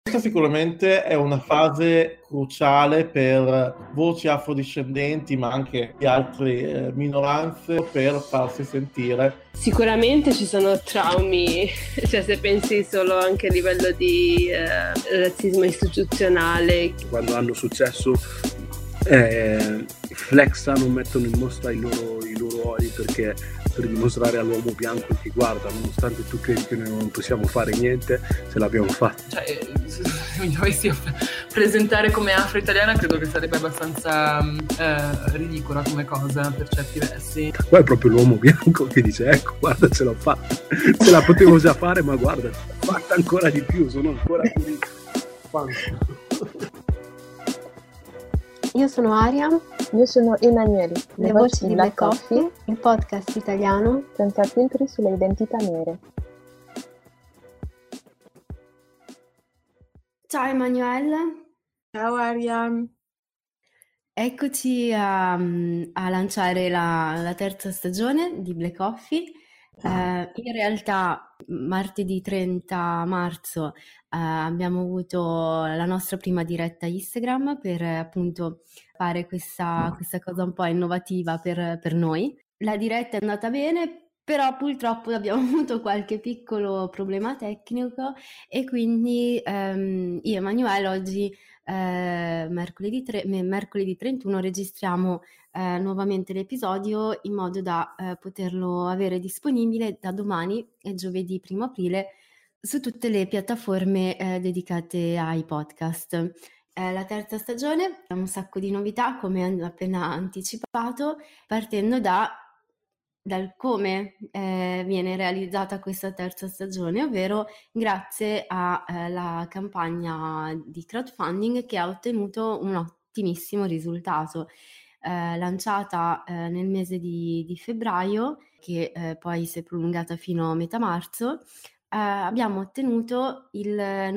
Questa sicuramente è una fase cruciale per voci afrodiscendenti, ma anche di altre minoranze, per farsi sentire. Sicuramente ci sono traumi, cioè se pensi solo anche a livello di razzismo istituzionale. Quando hanno successo flexano, mettono in mostra i loro ori per dimostrare all'uomo bianco che guarda, nonostante tu credi che noi non possiamo fare niente, ce l'abbiamo fatta. Cioè, se mi dovessi presentare come afro-italiana credo che sarebbe abbastanza ridicola come cosa per certi versi. Qua è proprio l'uomo bianco che dice ecco, guarda, ce l'ho fatta, ce la potevo già fare, ma guarda, fatta ancora di più, sono ancora più Io sono Aria. Io sono Emanuele. Le voci di Black Coffee, il podcast italiano senza filtri sulle identità nere. Ciao Emanuele. Ciao Aria. Eccoci a lanciare la terza stagione di Black Coffee. In realtà martedì 30 marzo abbiamo avuto la nostra prima diretta Instagram per appunto fare questa cosa un po' innovativa per noi. La diretta è andata bene, però purtroppo abbiamo avuto qualche piccolo problema tecnico e quindi io e Emanuele oggi mercoledì 31 registriamo nuovamente l'episodio in modo da poterlo avere disponibile da domani e giovedì 1 aprile su tutte le piattaforme dedicate ai podcast. La terza stagione ha un sacco di novità, come appena anticipato, partendo dal come viene realizzata questa terza stagione, ovvero grazie alla campagna di crowdfunding che ha ottenuto un ottimissimo risultato. Lanciata nel mese di febbraio, che poi si è prolungata fino a metà marzo, abbiamo ottenuto il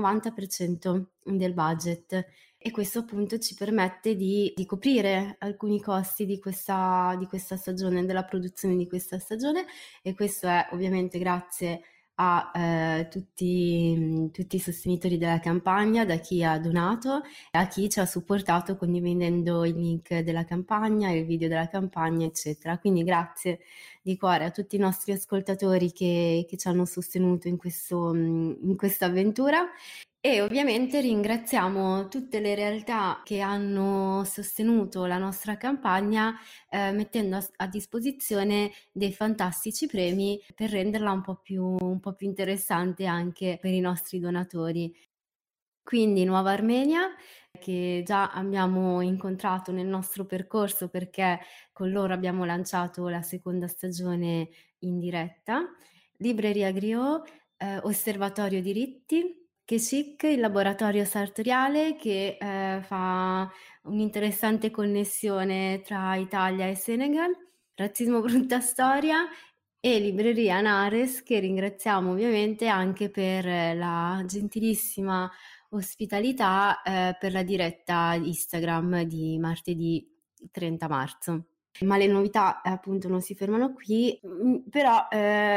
90% del budget e questo appunto ci permette di coprire alcuni costi di questa stagione, della produzione di questa stagione, e questo è ovviamente grazie a tutti i sostenitori della campagna, da chi ha donato e a chi ci ha supportato condividendo il link della campagna, il video della campagna, eccetera. Quindi grazie di cuore a tutti i nostri ascoltatori che ci hanno sostenuto in questa avventura. E ovviamente ringraziamo tutte le realtà che hanno sostenuto la nostra campagna mettendo a disposizione dei fantastici premi per renderla un po' più interessante anche per i nostri donatori. Quindi Nuova Armenia, che già abbiamo incontrato nel nostro percorso perché con loro abbiamo lanciato la seconda stagione in diretta, Libreria Griot, Osservatorio Diritti, Chic, il laboratorio sartoriale che fa un'interessante connessione tra Italia e Senegal, Razzismo Brutta Storia e Libreria Nares, che ringraziamo ovviamente anche per la gentilissima ospitalità per la diretta Instagram di martedì 30 marzo. Ma le novità appunto non si fermano qui, però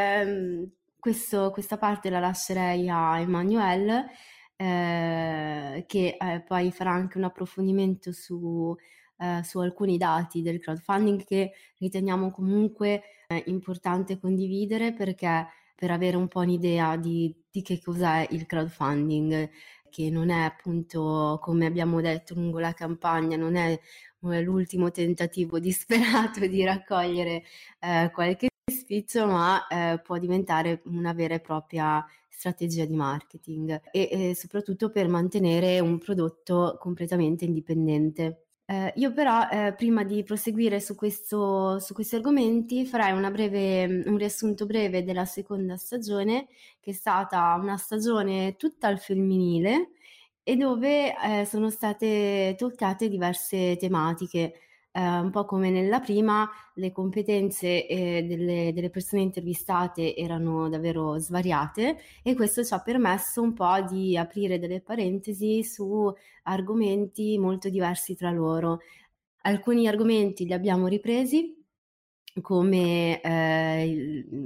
questa parte la lascerei a Emanuele che poi farà anche un approfondimento su alcuni dati del crowdfunding che riteniamo comunque importante condividere, perché per avere un po' un'idea di che cos'è il crowdfunding, che non è appunto, come abbiamo detto lungo la campagna, non è l'ultimo tentativo disperato di raccogliere qualche spiccio, ma può diventare una vera e propria strategia di marketing e soprattutto per mantenere un prodotto completamente indipendente. Io però prima di proseguire su questi argomenti farei un riassunto breve della seconda stagione, che è stata una stagione tutta al femminile e dove sono state toccate diverse tematiche. Un po' come nella prima, le competenze delle persone intervistate erano davvero svariate e questo ci ha permesso un po' di aprire delle parentesi su argomenti molto diversi tra loro. Alcuni argomenti li abbiamo ripresi, come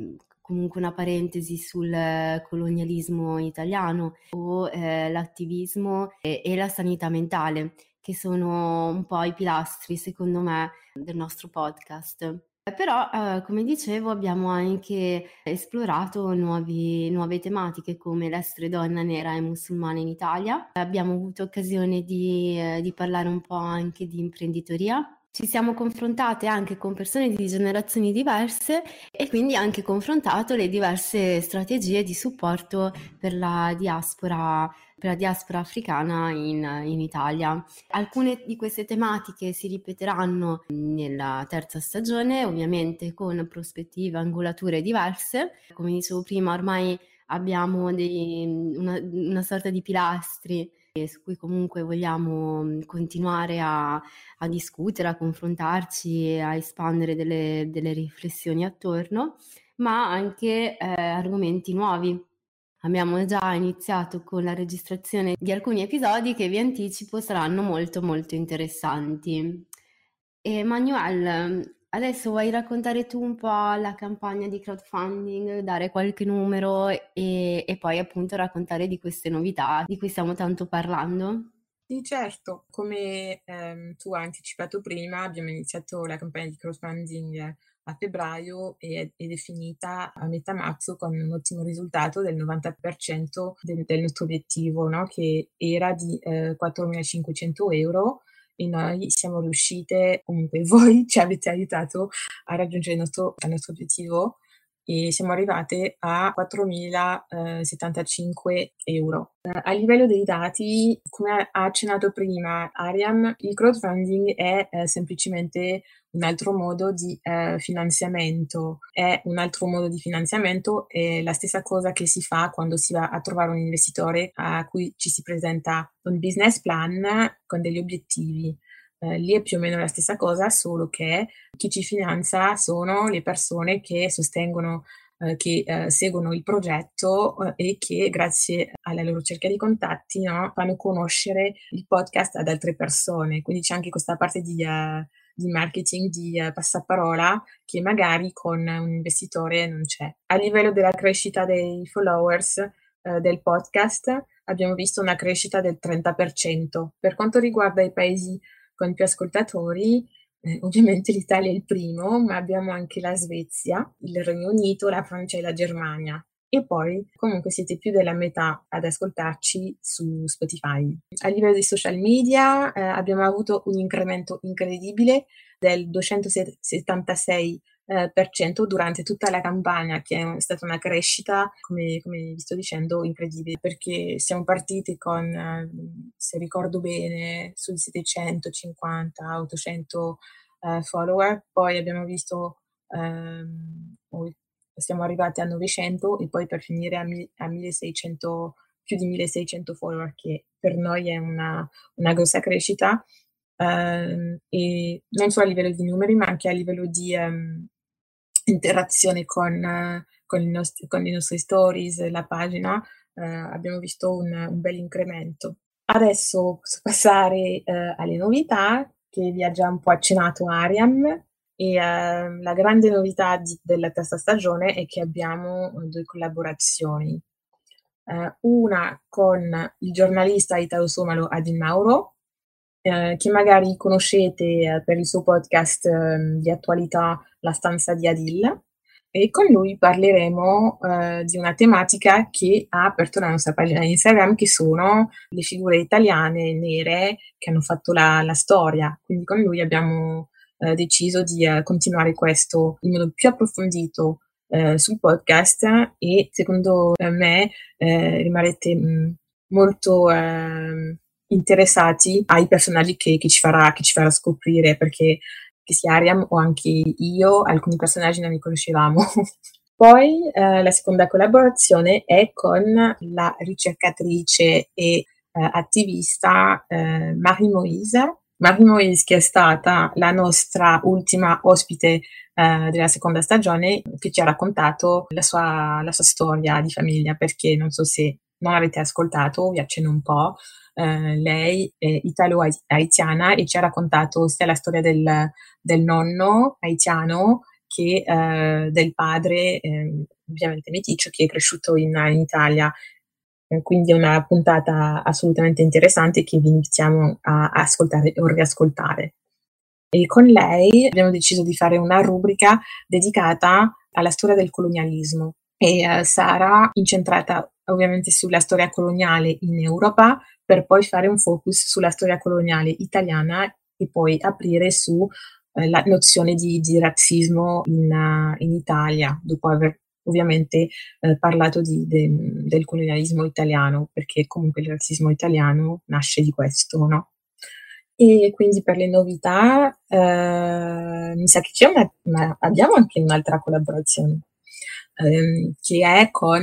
comunque una parentesi sul colonialismo italiano o l'attivismo e la sanità mentale, che sono un po' i pilastri, secondo me, del nostro podcast. Però, come dicevo, abbiamo anche esplorato nuove tematiche come l'essere donna, nera e musulmana in Italia. Abbiamo avuto occasione di parlare un po' anche di imprenditoria. Ci siamo confrontate anche con persone di generazioni diverse e quindi anche confrontato le diverse strategie di supporto per la diaspora africana in Italia. Alcune di queste tematiche si ripeteranno nella terza stagione, ovviamente con prospettive, angolature diverse. Come dicevo prima, ormai abbiamo una sorta di pilastri su cui comunque vogliamo continuare a discutere, a confrontarci e a espandere delle riflessioni attorno, ma anche argomenti nuovi. Abbiamo già iniziato con la registrazione di alcuni episodi che vi anticipo saranno molto molto interessanti. E Manuel, adesso vuoi raccontare tu un po' la campagna di crowdfunding, dare qualche numero e poi appunto raccontare di queste novità di cui stiamo tanto parlando? Sì, certo, come tu hai anticipato prima, abbiamo iniziato la campagna di crowdfunding a febbraio ed è finita a metà marzo con un ottimo risultato del 90% del nostro obiettivo, no? Che era di 4.500 euro e noi siamo riuscite, comunque voi ci avete aiutato a raggiungere il nostro obiettivo e siamo arrivate a 4.075 euro. A livello dei dati, come ha accennato prima Ariam, il crowdfunding è semplicemente un altro modo di finanziamento. È un altro modo di finanziamento, è la stessa cosa che si fa quando si va a trovare un investitore a cui ci si presenta un business plan con degli obiettivi. Lì è più o meno la stessa cosa, solo che chi ci finanzia sono le persone che sostengono, che seguono il progetto e che grazie alla loro cerchia di contatti, no, fanno conoscere il podcast ad altre persone. Quindi c'è anche questa parte di marketing, di passaparola che magari con un investitore non c'è. A livello della crescita dei followers del podcast abbiamo visto una crescita del 30%. Per quanto riguarda i paesi con più ascoltatori, ovviamente l'Italia è il primo, ma abbiamo anche la Svezia, il Regno Unito, la Francia e la Germania. E poi comunque siete più della metà ad ascoltarci su Spotify. A livello di social media abbiamo avuto un incremento incredibile del 276% durante tutta la campagna, che è stata una crescita, come vi sto dicendo, incredibile, perché siamo partiti con, se ricordo bene, sui 750-800 follower, poi abbiamo visto siamo arrivati a 900 e poi per finire a 1600, più di 1600 follower, che per noi è una grossa crescita, e non solo a livello di numeri ma anche a livello di interazione con le nostre stories, la pagina, abbiamo visto un bel incremento. Adesso posso passare alle novità che vi ha già un po' accennato Ariam. E la grande novità della terza stagione è che abbiamo 2 collaborazioni, una con il giornalista italo-somalo Adil Mauro, che magari conoscete per il suo podcast di attualità La stanza di Adil, e con lui parleremo di una tematica che ha aperto la nostra pagina Instagram, che sono le figure italiane nere che hanno fatto la storia. Quindi con lui abbiamo deciso di continuare questo in modo più approfondito sul podcast, e secondo me rimarrete molto interessati ai personaggi che ci farà scoprire, perché che sia Ariam o anche io alcuni personaggi non li conoscevamo. Poi la seconda collaborazione è con la ricercatrice e attivista Marie Moïse, che è stata la nostra ultima ospite della seconda stagione, che ci ha raccontato la sua storia di famiglia, perché non so se non avete ascoltato, vi accenno un po'. Lei è italo-haitiana e ci ha raccontato sia la storia del nonno haitiano che del padre, ovviamente meticcio, che è cresciuto in Italia. Quindi è una puntata assolutamente interessante che vi invitiamo a ascoltare o riascoltare. E con lei abbiamo deciso di fare una rubrica dedicata alla storia del colonialismo e sarà incentrata ovviamente sulla storia coloniale in Europa, per poi fare un focus sulla storia coloniale italiana e poi aprire su la nozione di razzismo in Italia, dopo aver ovviamente parlato del colonialismo italiano, perché comunque il razzismo italiano nasce di questo, no? E quindi per le novità mi sa che abbiamo anche un'altra collaborazione che è con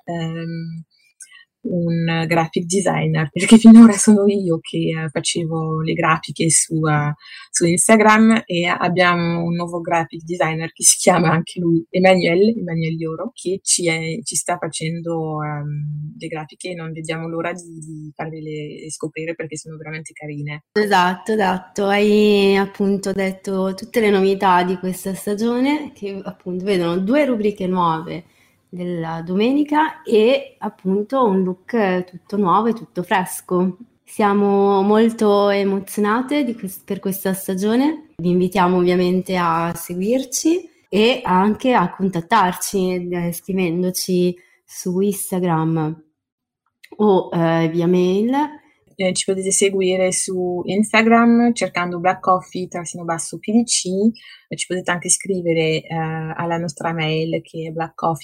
un graphic designer, perché finora sono io che facevo le grafiche su Instagram, e abbiamo un nuovo graphic designer che si chiama anche lui Emanuele Ioro, che ci sta facendo le grafiche. Non vediamo l'ora di farvele scoprire perché sono veramente carine. Esatto, hai appunto detto tutte le novità di questa stagione, che appunto vedono 2 rubriche nuove della domenica e appunto un look tutto nuovo e tutto fresco. Siamo molto emozionate per questa stagione, vi invitiamo ovviamente a seguirci e anche a contattarci scrivendoci su Instagram o via mail. Ci potete seguire su Instagram cercando Black Coffee _PDC, ci potete anche scrivere alla nostra mail che è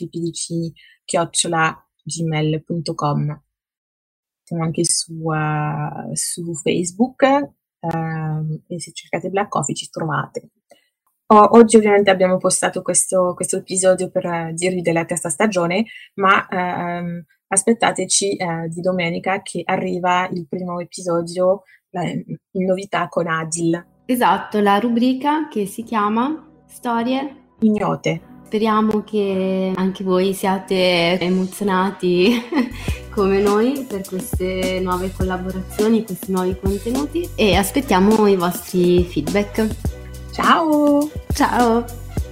blackcoffeepdc@gmail.com. Siamo anche su Facebook e se cercate Black Coffee ci trovate. Oggi ovviamente abbiamo postato questo episodio per dirvi della terza stagione, ma aspettateci di domenica che arriva il primo episodio in novità con Adil. Esatto, la rubrica che si chiama Storie Ignote. Speriamo che anche voi siate emozionati come noi per queste nuove collaborazioni, questi nuovi contenuti, e aspettiamo i vostri feedback. Ciao! Ciao!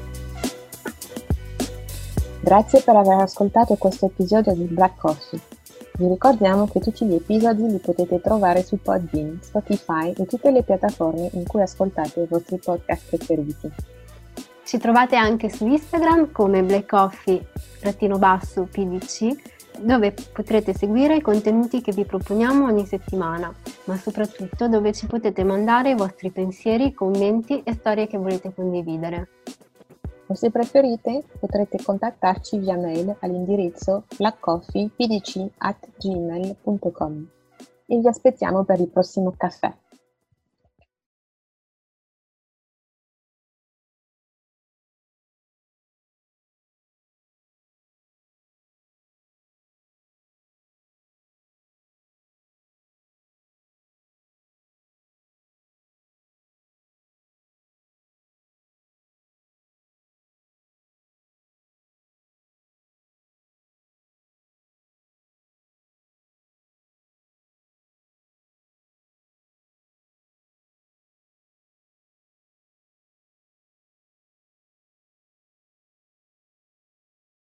Grazie per aver ascoltato questo episodio di Black Coffee. Vi ricordiamo che tutti gli episodi li potete trovare su Podbean, Spotify e tutte le piattaforme in cui ascoltate i vostri podcast preferiti. Ci trovate anche su Instagram come blackcoffee_PDC, dove potrete seguire i contenuti che vi proponiamo ogni settimana, ma soprattutto dove ci potete mandare i vostri pensieri, commenti e storie che volete condividere. O se preferite potrete contattarci via mail all'indirizzo blackcoffeepdc@gmail.com e vi aspettiamo per il prossimo caffè.